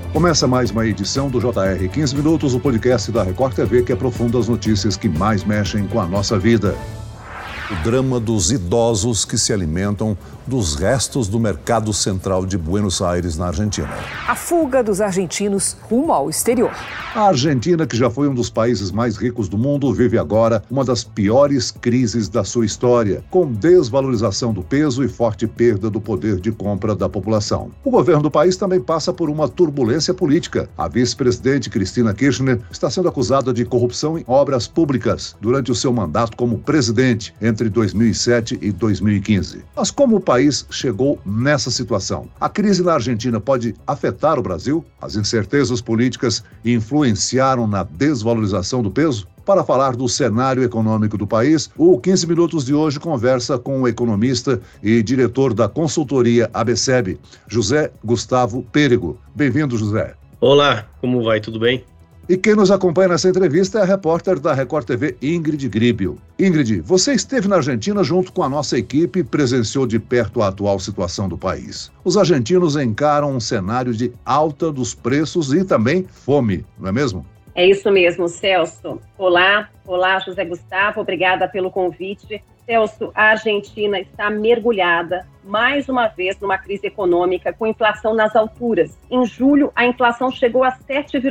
Começa mais uma edição do JR 15 Minutos, o podcast da Record TV que aprofunda as notícias que mais mexem com a nossa vida. O drama dos idosos que se alimentam dos restos do Mercado Central de Buenos Aires, na Argentina. A fuga dos argentinos rumo ao exterior. A Argentina, que já foi um dos países mais ricos do mundo, vive agora uma das piores crises da sua história, com desvalorização do peso e forte perda do poder de compra da população. O governo do país também passa por uma turbulência política. A vice-presidente Cristina Kirchner está sendo acusada de corrupção em obras públicas durante o seu mandato como presidente, entre 2007 e 2015. Mas como o país chegou nessa situação? A crise na Argentina pode afetar o Brasil? As incertezas políticas influenciaram na desvalorização do peso? Para falar do cenário econômico do país, o 15 Minutos de hoje conversa com o economista e diretor da consultoria ABSEB, José Gustavo Pêrego. Bem-vindo, José. Olá, como vai? Tudo bem? E quem nos acompanha nessa entrevista é a repórter da Record TV, Ingrid Gribio. Ingrid, você esteve na Argentina junto com a nossa equipe e presenciou de perto a atual situação do país. Os argentinos encaram um cenário de alta dos preços e também fome, não é mesmo? É isso mesmo, Celso. Olá, José Gustavo, obrigada pelo convite. Celso, a Argentina está mergulhada, mais uma vez, numa crise econômica com inflação nas alturas. Em julho, a inflação chegou a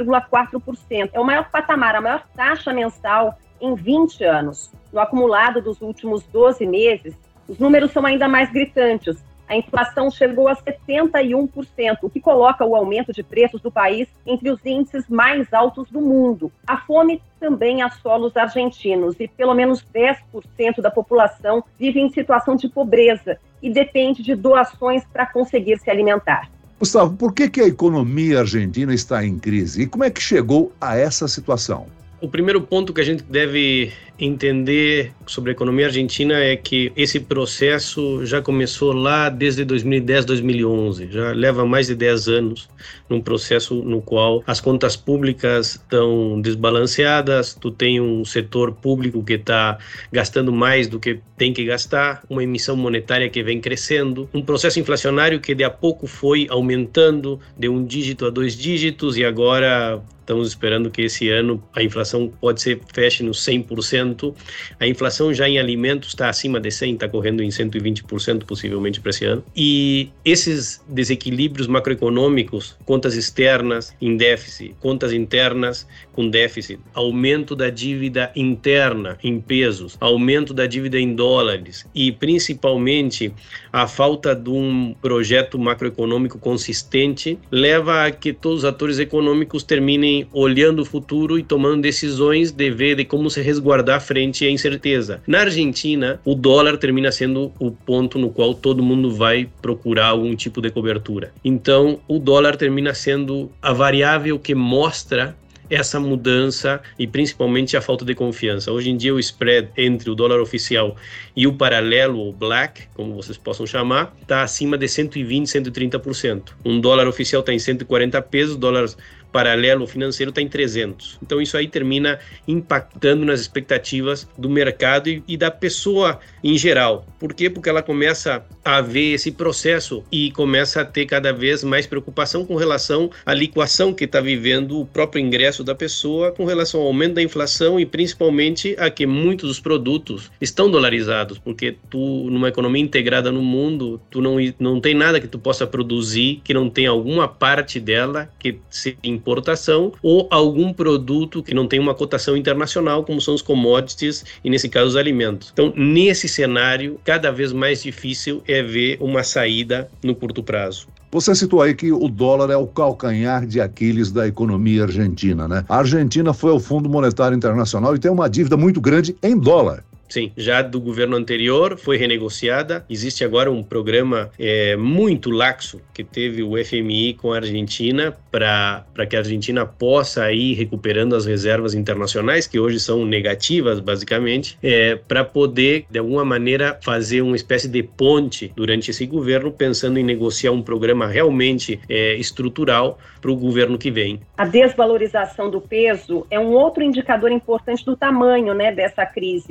7,4%. É o maior patamar, a maior taxa mensal em 20 anos. No acumulado dos últimos 12 meses, os números são ainda mais gritantes. A inflação chegou a 71%, o que coloca o aumento de preços do país entre os índices mais altos do mundo. A fome também assola os argentinos e pelo menos 10% da população vive em situação de pobreza e depende de doações para conseguir se alimentar. Gustavo, por que a economia argentina está em crise e como é que chegou a essa situação? O primeiro ponto que a gente deve entender sobre a economia argentina é que esse processo já começou lá desde 2010, 2011. Já leva mais de 10 anos num processo no qual as contas públicas estão desbalanceadas, tu tem um setor público que está gastando mais do que tem que gastar, uma emissão monetária que vem crescendo, um processo inflacionário que de a pouco foi aumentando de 1 dígito a 2 dígitos e agora estamos esperando que esse ano a inflação feche no 100%. A inflação já em alimentos está acima de 100%, está correndo em 120% possivelmente para esse ano. E esses desequilíbrios macroeconômicos, contas externas em déficit, contas internas com déficit, aumento da dívida interna em pesos, aumento da dívida em dólares e principalmente a falta de um projeto macroeconômico consistente leva a que todos os atores econômicos terminem olhando o futuro e tomando decisões de como se resguardar frente à incerteza. Na Argentina, o dólar termina sendo o ponto no qual todo mundo vai procurar algum tipo de cobertura. Então, o dólar termina sendo a variável que mostra essa mudança e principalmente a falta de confiança. Hoje em dia o spread entre o dólar oficial e o paralelo, ou black, como vocês possam chamar, está acima de 120%, 130%. Um dólar oficial está em 140 pesos, dólar paralelo financeiro está em 300. Então isso aí termina impactando nas expectativas do mercado e da pessoa em geral. Por quê? Porque ela começa a ver esse processo e começa a ter cada vez mais preocupação com relação à liquação que está vivendo o próprio ingresso da pessoa com relação ao aumento da inflação e principalmente a que muitos dos produtos estão dolarizados, porque tu, numa economia integrada no mundo, tu não tem nada que tu possa produzir que não tenha alguma parte dela que se importação ou algum produto que não tem uma cotação internacional, como são os commodities e, nesse caso, os alimentos. Então, nesse cenário, cada vez mais difícil é ver uma saída no curto prazo. Você citou aí que o dólar é o calcanhar de Aquiles da economia argentina, né? A Argentina foi ao Fundo Monetário Internacional e tem uma dívida muito grande em dólar. Sim, já do governo anterior foi renegociada. Existe agora um programa muito laxo que teve o FMI com a Argentina para que a Argentina possa ir recuperando as reservas internacionais, que hoje são negativas, basicamente, para poder, de alguma maneira, fazer uma espécie de ponte durante esse governo, pensando em negociar um programa realmente estrutural para o governo que vem. A desvalorização do peso é um outro indicador importante do tamanho, dessa crise, especialmente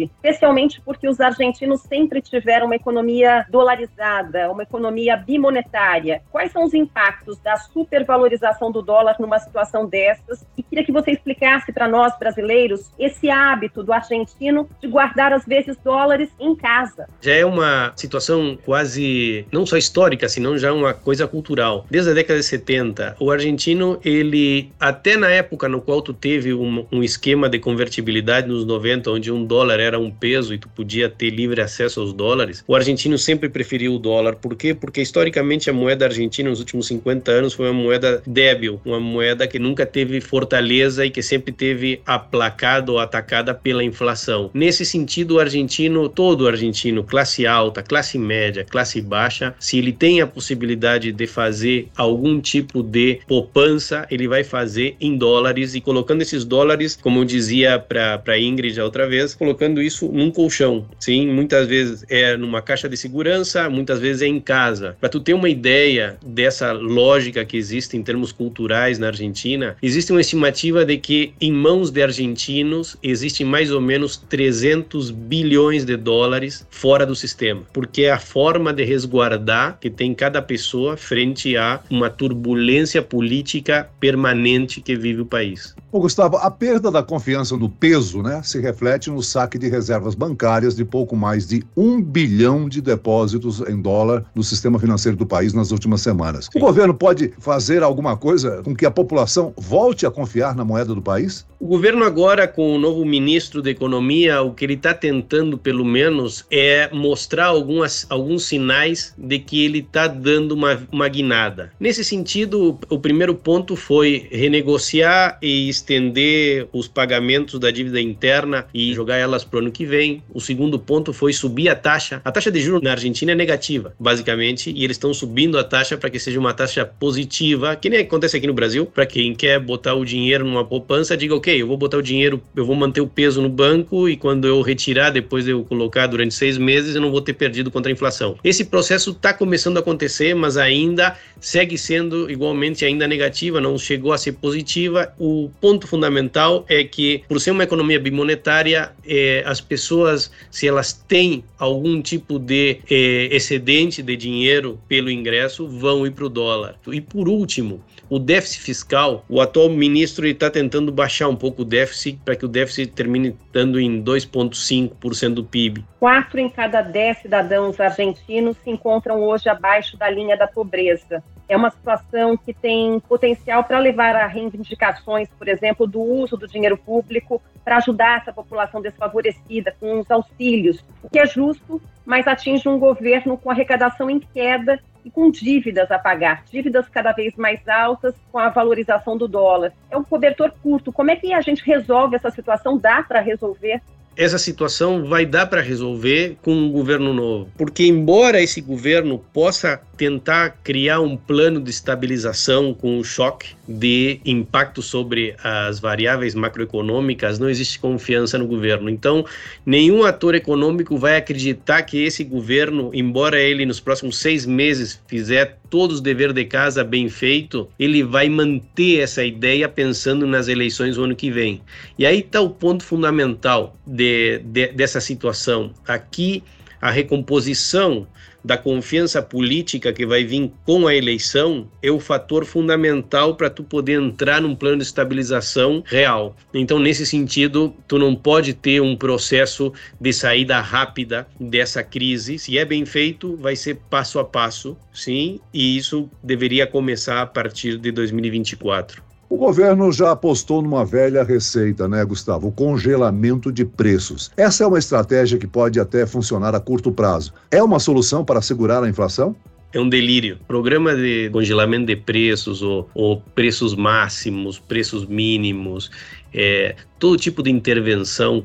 especialmente porque os argentinos sempre tiveram uma economia dolarizada, uma economia bimonetária. Quais são os impactos da supervalorização do dólar numa situação dessas? E queria que você explicasse para nós, brasileiros, esse hábito do argentino de guardar, às vezes, dólares em casa. Já é uma situação quase, não só histórica, senão já uma coisa cultural. Desde a década de 70, o argentino, ele, até na época no qual tu teve um esquema de convertibilidade nos 90, onde um dólar era um peso e tu podia ter livre acesso aos dólares, o argentino sempre preferiu o dólar. Por quê? Porque historicamente a moeda argentina nos últimos 50 anos foi uma moeda débil, uma moeda que nunca teve fortaleza e que sempre teve aplacada ou atacada pela inflação. Nesse sentido, o argentino, todo argentino, classe alta, classe média, classe baixa, se ele tem a possibilidade de fazer algum tipo de poupança, ele vai fazer em dólares, e colocando esses dólares, como eu dizia para Ingrid a outra vez, colocando isso num colchão. Sim, muitas vezes é numa caixa de segurança, muitas vezes é em casa. Para tu ter uma ideia dessa lógica que existe em termos culturais na Argentina, existe uma estimativa de que em mãos de argentinos existem mais ou menos 300 bilhões de dólares fora do sistema, porque é a forma de resguardar que tem cada pessoa frente a uma turbulência política permanente que vive o país. Ô Gustavo, a perda da confiança no peso, se reflete no saque de reservas bancárias de pouco mais de 1 bilhão de depósitos em dólar no sistema financeiro do país nas últimas semanas. O governo pode fazer alguma coisa com que a população volte a confiar na moeda do país? O governo agora, com o novo ministro da Economia, o que ele está tentando, pelo menos, é mostrar alguns sinais de que ele está dando uma guinada. Nesse sentido, o primeiro ponto foi renegociar e estender os pagamentos da dívida interna e jogar elas para o ano que vem. O segundo ponto foi subir a taxa. A taxa de juros na Argentina é negativa, basicamente, e eles estão subindo a taxa para que seja uma taxa positiva, que nem acontece aqui no Brasil, para quem quer botar o dinheiro numa poupança, diga, ok, eu vou botar o dinheiro, eu vou manter o peso no banco e quando eu retirar, depois de eu colocar durante 6 meses, eu não vou ter perdido contra a inflação. Esse processo está começando a acontecer, mas ainda segue sendo igualmente ainda negativa, não chegou a ser positiva. O ponto fundamental é que, por ser uma economia bimonetária, as pessoas, se elas têm algum tipo de excedente de dinheiro pelo ingresso, vão ir para o dólar. E por último, o déficit fiscal, o atual ministro está tentando baixar um pouco o déficit para que o déficit termine estando em 2,5% do PIB. 4 em cada 10 cidadãos argentinos se encontram hoje abaixo da linha da pobreza. É uma situação que tem potencial para levar a reivindicações, por exemplo, do uso do dinheiro público para ajudar essa população desfavorecida com os auxílios, o que é justo, mas atinge um governo com arrecadação em queda e com dívidas a pagar, dívidas cada vez mais altas com a valorização do dólar. É um cobertor curto. Como é que a gente resolve essa situação? Dá para resolver? Essa situação vai dar para resolver com um governo novo, porque embora esse governo possa tentar criar um plano de estabilização com um choque de impacto sobre as variáveis macroeconômicas, não existe confiança no governo. Então, nenhum ator econômico vai acreditar que esse governo, embora ele nos próximos 6 meses fizer todos os deveres de casa bem feito, ele vai manter essa ideia pensando nas eleições do ano que vem. E aí está o ponto fundamental dessa situação. Aqui, a recomposição da confiança política que vai vir com a eleição é o fator fundamental para tu poder entrar num plano de estabilização real. Então, nesse sentido, tu não pode ter um processo de saída rápida dessa crise. Se é bem feito, vai ser passo a passo, sim, e isso deveria começar a partir de 2024. O governo já apostou numa velha receita, Gustavo? O congelamento de preços. Essa é uma estratégia que pode até funcionar a curto prazo. É uma solução para segurar a inflação? É um delírio. Programa de congelamento de preços ou preços máximos, preços mínimos, todo tipo de intervenção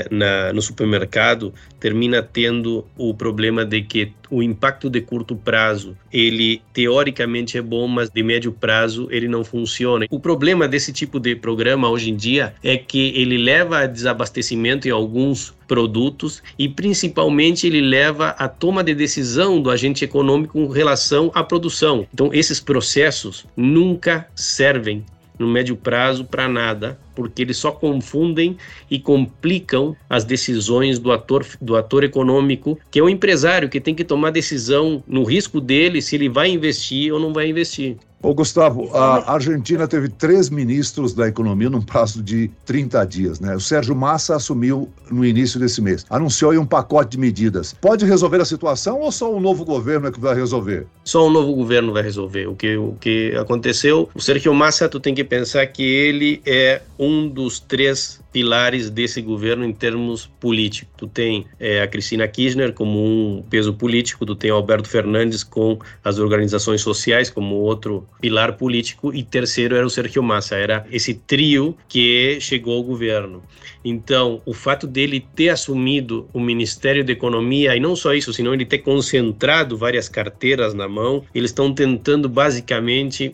no supermercado termina tendo o problema de que o impacto de curto prazo, ele teoricamente é bom, mas de médio prazo ele não funciona. O problema desse tipo de programa hoje em dia é que ele leva a desabastecimento em alguns produtos e principalmente ele leva à toma de decisão do agente econômico com relação à produção. Então esses processos nunca servem no médio prazo para nada, porque eles só confundem e complicam as decisões do ator econômico, que é o empresário, que tem que tomar decisão no risco dele se ele vai investir ou não vai investir. Ô Gustavo, a Argentina teve 3 ministros da economia num prazo de 30 dias, né? O Sérgio Massa assumiu no início desse mês. Anunciou aí um pacote de medidas. Pode resolver a situação ou só um novo governo é que vai resolver? Só um novo governo vai resolver. O que aconteceu, o Sérgio Massa, tu tem que pensar que ele é um dos 3 pilares desse governo em termos políticos. Tu tem a Cristina Kirchner como um peso político, tu tem o Alberto Fernandes com as organizações sociais como outro pilar político, e terceiro era o Sérgio Massa, era esse trio que chegou ao governo. Então, o fato dele ter assumido o Ministério da Economia, e não só isso, senão ele ter concentrado várias carteiras na mão, eles estão tentando basicamente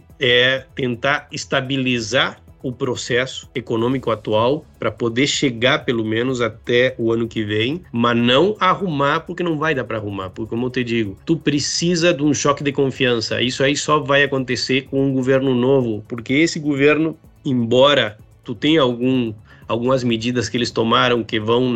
tentar estabilizar o processo econômico atual para poder chegar pelo menos até o ano que vem, mas não arrumar, porque não vai dar para arrumar, porque como eu te digo, tu precisa de um choque de confiança. Isso aí só vai acontecer com um governo novo, porque esse governo, embora tu tenha algumas medidas que eles tomaram que vão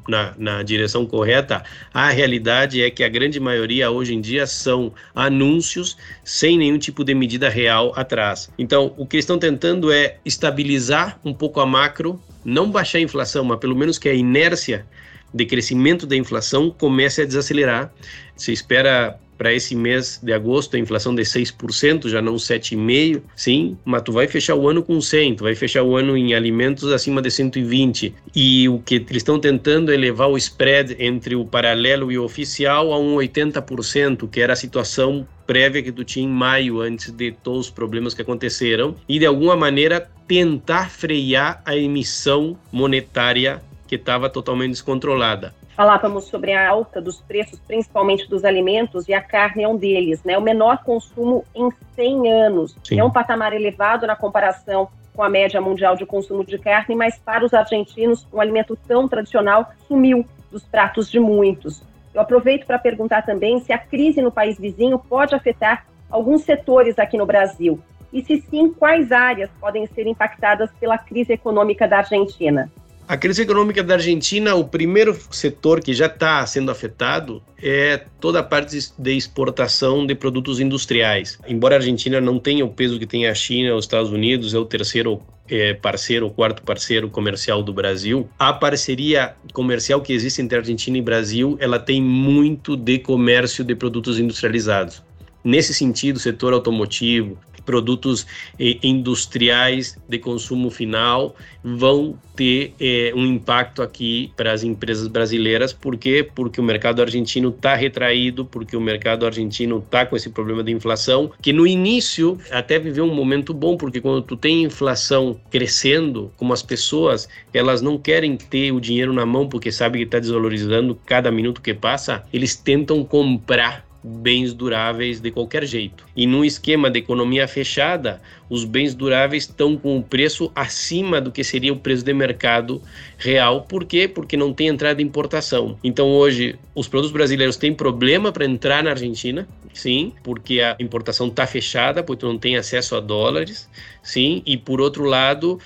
na direção correta, a realidade é que a grande maioria hoje em dia são anúncios sem nenhum tipo de medida real atrás. Então, o que eles estão tentando é estabilizar um pouco a macro, não baixar a inflação, mas pelo menos que a inércia de crescimento da inflação comece a desacelerar. Se espera para esse mês de agosto a inflação de 6%, já não 7,5%, sim, mas tu vai fechar o ano com 100, tu vai fechar o ano em alimentos acima de 120. E o que eles estão tentando é levar o spread entre o paralelo e o oficial a um 80%, que era a situação prévia que tu tinha em maio, antes de todos os problemas que aconteceram, e de alguma maneira tentar frear a emissão monetária que estava totalmente descontrolada. Falávamos sobre a alta dos preços, principalmente dos alimentos, e a carne é um deles, né? O menor consumo em 100 anos. Sim. É um patamar elevado na comparação com a média mundial de consumo de carne, mas para os argentinos, um alimento tão tradicional sumiu dos pratos de muitos. Eu aproveito para perguntar também se a crise no país vizinho pode afetar alguns setores aqui no Brasil. E se sim, quais áreas podem ser impactadas pela crise econômica da Argentina? A crise econômica da Argentina, o primeiro setor que já está sendo afetado é toda a parte de exportação de produtos industriais. Embora a Argentina não tenha o peso que tem a China, os Estados Unidos, é o terceiro parceiro, o quarto parceiro comercial do Brasil. A parceria comercial que existe entre Argentina e Brasil, ela tem muito de comércio de produtos industrializados. Nesse sentido, o setor automotivo, produtos industriais de consumo final vão ter um impacto aqui para as empresas brasileiras. Por quê? Porque o mercado argentino está retraído, porque o mercado argentino está com esse problema de inflação, que no início até viveu um momento bom, porque quando tu tem inflação crescendo, como as pessoas, elas não querem ter o dinheiro na mão porque sabem que está desvalorizando cada minuto que passa, eles tentam comprar bens duráveis de qualquer jeito. E num esquema de economia fechada, os bens duráveis estão com o preço acima do que seria o preço de mercado real. Por quê? Porque não tem entrada de importação. Então hoje, os produtos brasileiros têm problema para entrar na Argentina, sim, porque a importação está fechada, porque tu não tem acesso a dólares, sim, e por outro lado,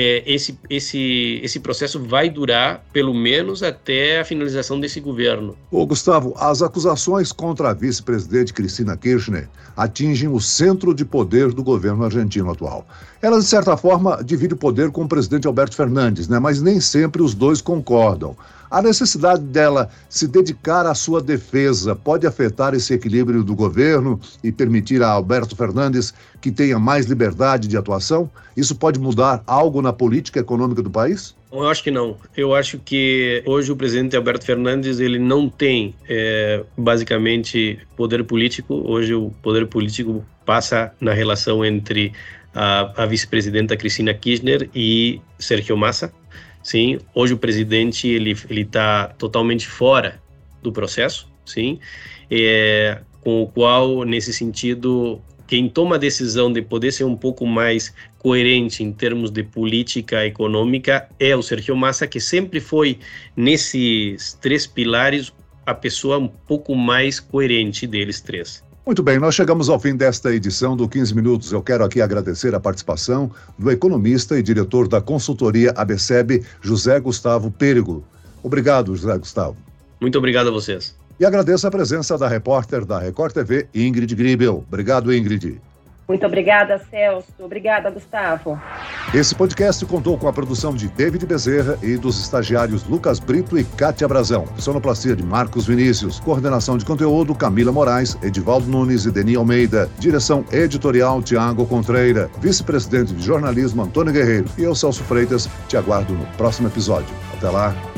esse processo vai durar pelo menos até a finalização desse governo. Ô Gustavo, as acusações contra a vice-presidente Cristina Kirchner atingem o centro de poder do governo argentino atual. Ela, de certa forma, divide o poder com o presidente Alberto Fernandes, né? Mas nem sempre os dois concordam. A necessidade dela se dedicar à sua defesa pode afetar esse equilíbrio do governo e permitir a Alberto Fernandes que tenha mais liberdade de atuação? Isso pode mudar algo na política econômica do país? Eu acho que não. Eu acho que hoje o presidente Alberto Fernandes ele não tem basicamente poder político. Hoje o poder político passa na relação entre a vice-presidenta Cristina Kirchner e Sérgio Massa. Sim, hoje o presidente ele está totalmente fora do processo, sim, com o qual, nesse sentido, quem toma a decisão de poder ser um pouco mais coerente em termos de política econômica é o Sérgio Massa, que sempre foi, nesses 3 pilares, a pessoa um pouco mais coerente deles 3. Muito bem, nós chegamos ao fim desta edição do 15 Minutos. Eu quero aqui agradecer a participação do economista e diretor da consultoria ABSEB, José Gustavo Pêrego. Obrigado, José Gustavo. Muito obrigado a vocês. E agradeço a presença da repórter da Record TV, Ingrid Gribel. Obrigado, Ingrid. Muito obrigada, Celso. Obrigada, Gustavo. Esse podcast contou com a produção de David Bezerra e dos estagiários Lucas Brito e Kátia Brazão. Sonoplastia de Marcos Vinícius. Coordenação de conteúdo Camila Moraes, Edivaldo Nunes e Deni Almeida. Direção editorial Tiago Contreira. Vice-presidente de jornalismo Antônio Guerreiro. E eu, Celso Freitas, te aguardo no próximo episódio. Até lá.